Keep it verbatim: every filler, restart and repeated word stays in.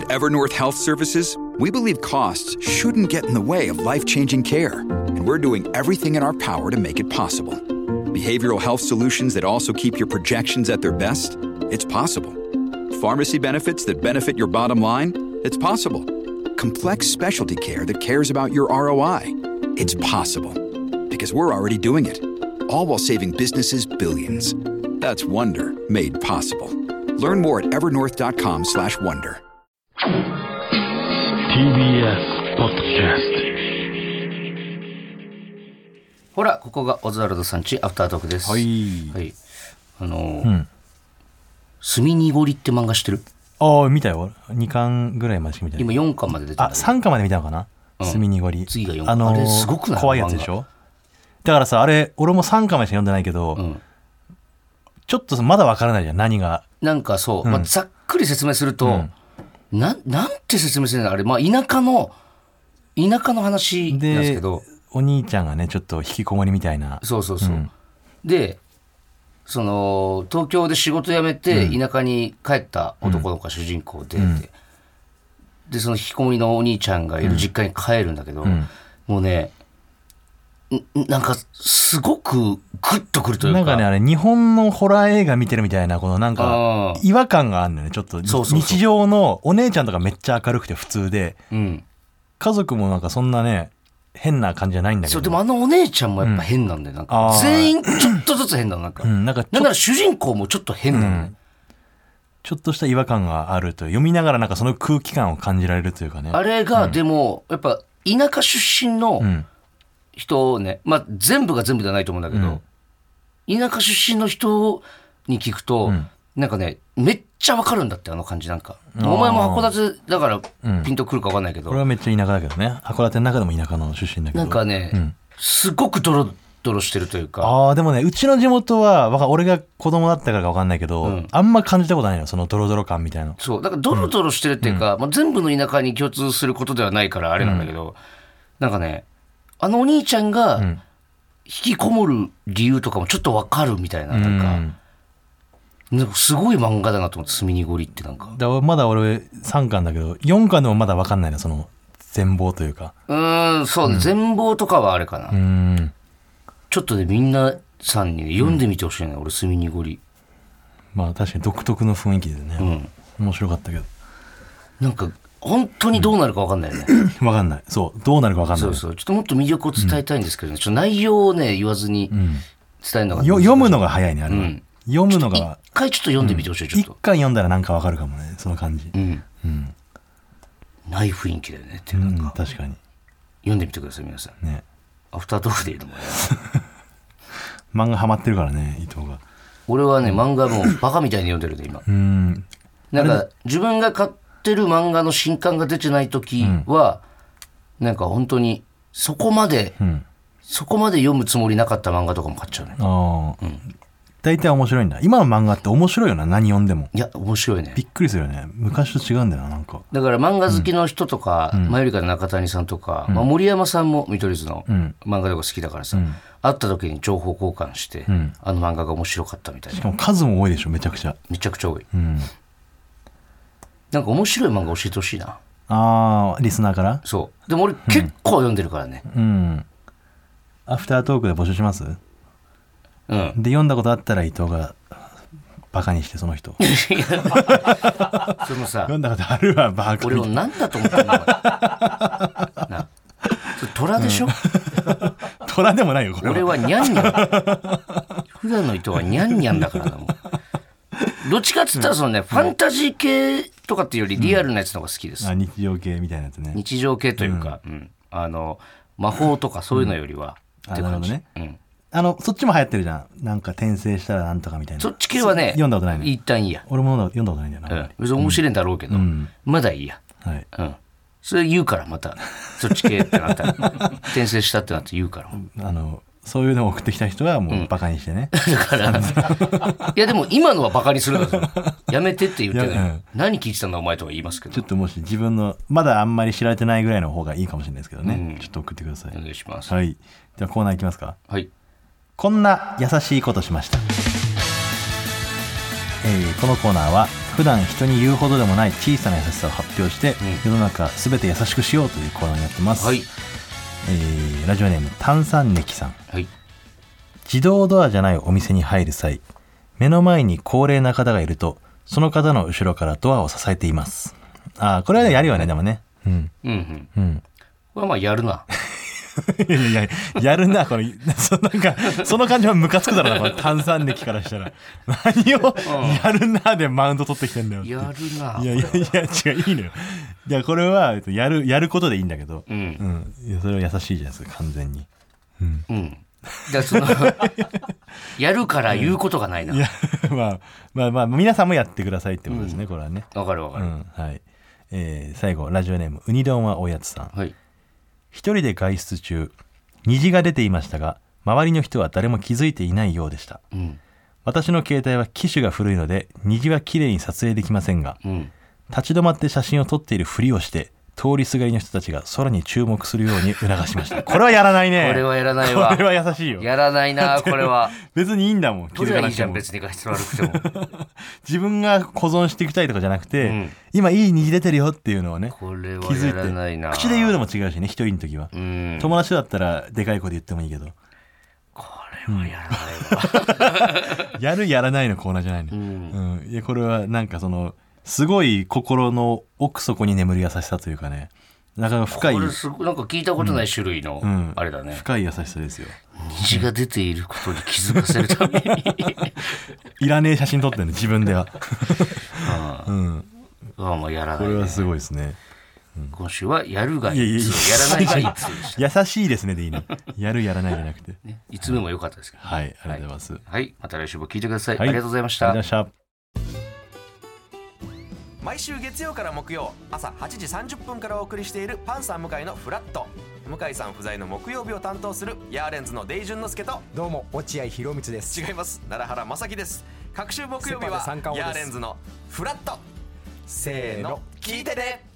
Evernorth Health Services, we believe costs shouldn't get in the way of life-changing care, and we're doing everything in our power to make it possible. Behavioral health solutions that also keep your projections at their best? It's possible. Pharmacy benefits that benefit your bottom line? It's possible. Complex specialty care that cares about your R O I? It's possible. Because we're already doing it. All while saving businesses billions. That's Wonder made possible. Learn more at evernorth.com slash wonder. ティービーエス ポッドキャスト。 ほら、ここがオズワルドさんちアフタートークです。 はい、 はい、あのー、 うん、 墨濁りって漫画知ってる？ ああ、見たよ。にかんぐらいまでしか見た。 今よんかんまで出てる。 あ、さんかんまで見たのかな、うん、墨濁り。 次がよんかん。 あのー、 あれすごくない？ 怖いやつでしょ。だからさ、あれ俺もさんかんまでしか読んでないけど、うん、ちょっとまだわからないじゃん、何が。 なんかそう、うん、まあ、ざっくり説明すると、うんな, なんて説明するんだあれ、まあ、田舎の田舎の話なんですけど、 お兄ちゃんがねちょっと引きこもりみたいな。 そうそうそう、うん、でその東京で仕事辞めて田舎に帰った男の子が主人公で、うん、でその引きこもりのお兄ちゃんがいる実家に帰るんだけど、うん、もうねなんかすごくグッとくるというか、 なんかねあれ日本のホラー映画見てるみたいなこのなんか違和感があるんだよね。ちょっとそうそうそう、 日常のお姉ちゃんとかめっちゃ明るくて普通で、 うん、家族もなんかそんなね変な感じじゃないんだけど。 そうでもあのお姉ちゃんもやっぱ変なんだよ、なんか全員ちょっとずつ変なのなんか、うん、なんかなんなら主人公もちょっと変なの、ねうん、 ちょっとした違和感があると読みながらなんかその空気感を感じられるというかね。 あれが、うん、でもやっぱ田舎出身の、うん人をね、まあ、全部が全部ではないと思うんだけど、うん、田舎出身の人に聞くと、うん、なんかねめっちゃわかるんだってあの感じ。なんかお前も函館だからピンとくるかわかんないけど、 うん、これはめっちゃ田舎だけどね。函館の中でも田舎の出身だけどなんかね、うん、すごくドロドロしてるというか。 あでもねうちの地元は俺が子供だったからかわかんないけど、うん、あんま感じたことないのそのドロドロ感みたいな。 そうだからドロドロしてるっていうか、うんまあ、全部の田舎に共通することではないからあれなんだけど、うん、なんかねあのお兄ちゃんが引きこもる理由とかもちょっとわかるみたいな、なんか、うん、なんかすごい漫画だなと思って。墨濁りってなんかだまだ俺さんかんだけどよんかんでもまだわかんないなその全貌というか。 うーんそう、うん、全貌とかはあれかな。うんちょっとねみんなさんに、ね、読んでみてほしいな、うん、俺墨濁り。 まあ確かに独特の雰囲気でね、うん、面白かったけどなんか本当にどうなるか分かんないよね、 うん、分かんない。そうどうなるか分かんない。 そうそうちょっともっと魅力を伝えたいんですけどね、うん、ちょっと内容をね言わずに伝えるのが、うん、 読むのが早いねあれは、うん、読むのが一回ちょっと読んでみてほしい、うん、ちょっと一回読んだらなんか分かるかもねその感じ、うんうん、 ない雰囲気だよねっていうなんか、 うん、確かに読んでみてください皆さん、ね、アフタートークでいいのもね漫画ハマってるからね伊藤が。 俺はね漫画もうバカみたいに読んでるね今。うんなんか自分が買ってる漫画の新刊が出てない時は、うん、なんか本当にそこまで、うん、そこまで読むつもりなかった漫画とかも買っちゃうね。あ、 うん、大体面白いんだ。今の漫画って面白いよな何読んでも。 いや面白いね。 びっくりするよね。昔と違うんだよななんか。 だから漫画好きの人とか、うん、前よりから中谷さんとか、うんまあ、森山さんも見取り図の漫画とか好きだからさ、うん、会った時に情報交換して、うん、あの漫画が面白かったみたいな。 しかも数も多いでしょめちゃくちゃ。 めちゃくちゃ多い、うん、なんか面白い漫画教えてほしいな。 あーリスナーから。 そうでも俺結構読んでるからね、うん、うん、 アフタートークで募集します。うん、で読んだことあったら伊藤がバカにしてその人そのさ読んだことあるわバカ。 俺を何だと思ってんのな虎でしょ、うん、 虎でもないよこれは。 俺はニャンニャン普段の伊藤はニャンニャンだからなもうどっちかっつったらそのね、うん、ファンタジー系とかっていうよりリアルなやつの方が好きです、 うん、あ日常系みたいなやつね。 日常系というか、うんうん、あの魔法とかそういうのよりは、 うん、って感じ。なるほどね、うんあのそっちも流行ってるじゃん。なんか転生したらなんとかみたいな。 そっち系はね読んだことないね。 一旦いいや。 俺も読んだことないんだよな、うん、 別に面白いんだろうけど、うん、まだいいや、はいうん、それ言うからまたそっち系ってなったら転生したってなって言うからあのそういうのを送ってきた人はもうバカにしてね、 うん、だからいやでも今のはバカにするだろやめてって言ってね、うん、何聞いてたんだお前とは言いますけど、 ちょっともし自分のまだあんまり知られてないぐらいの方がいいかもしれないですけどね、うん、ちょっと送ってください。 お願いします。 はい、ではコーナーいきますか。 はい。 こんな優しいことしました、えー、このコーナーは普段人に言うほどでもない小さな優しさを発表して、うん、世の中すべて優しくしようというコーナーになってます、はい。えー、ラジオネーム炭酸ネキさん、はい。自動ドアじゃないお店に入る際、目の前に高齢な方がいるとその方の後ろからドアを支えています。あ、これはねやるよね、でもね、うんうんうんうん、 これはまあやるな。 いやいややるな、これそなんかその感じはムカつくだろうな、これ炭酸ネキからしたら。何をやるなでマウント取ってきてんだよ。 やるな。 いやいやいや違う、いいのよ。いやこれはやるやることでいいんだけど、うんうん、いやそれは優しいじゃないですか、完全に。うん。うん。 だそのやるから言うことがないな。いやまあまあまあ皆さんもやってくださいってことですね、うん、これはね。 わかるわかる。うん、 はい。えー、最後ラジオネームウニ丼はおやつさん。はい。一人で外出中、虹が出ていましたが周りの人は誰も気づいていないようでした、うん、私の携帯は機種が古いので虹は綺麗に撮影できませんが、うん、立ち止まって写真を撮っているふりをして通りすがりの人たちが空に注目するように促しました。これはやらないね。 これはやらないわ。 これは優しいよ。 やらないな、これは。 別にいいんだもん。 気づかなくても。いいじゃん、別に画質悪くても。 自分が保存していきたいとかじゃなくて、うん、今いい虹出てるよっていうのをね、 これはやらないな。 口で言うのも違うしね、一人の時は、うん、友達だったらでかい声で言ってもいいけど、 これはやらないわ。 やるやらないのコーナーじゃないの、うんうん、いやこれはなんかそのすごい心の奥底に眠る優しさというかね、なかなか深い、 これすごなんか聞いたことない種類の、うん、あれだね、 深い優しさですよ。 虹が出ていることに気づかせるためにいらねえ写真撮ってんの自分では。 ああ、うん、ああまあやらない、ね、 これはすごいですね、 うん、今週はやるがいつやらないがいつでした。優しいですねでいいね。やるやらないじゃなくて、ね、 いつ目も良かったですけど、ね、 はい、ありがとうございます、 はいはい、また来週も聞いてください、はい、ありがとうございました。 ありがとうございました。 毎週月曜から木曜朝はちじさんじゅっぷんからお送りしているパンサー向井のフラット。向井さん不在の木曜日を担当するヤーレンズのデイジュンの之介と、 どうも落合博満です。 違います、奈良原正樹です。各週木曜日はヤーレンズのフラット。せーの聞いてね。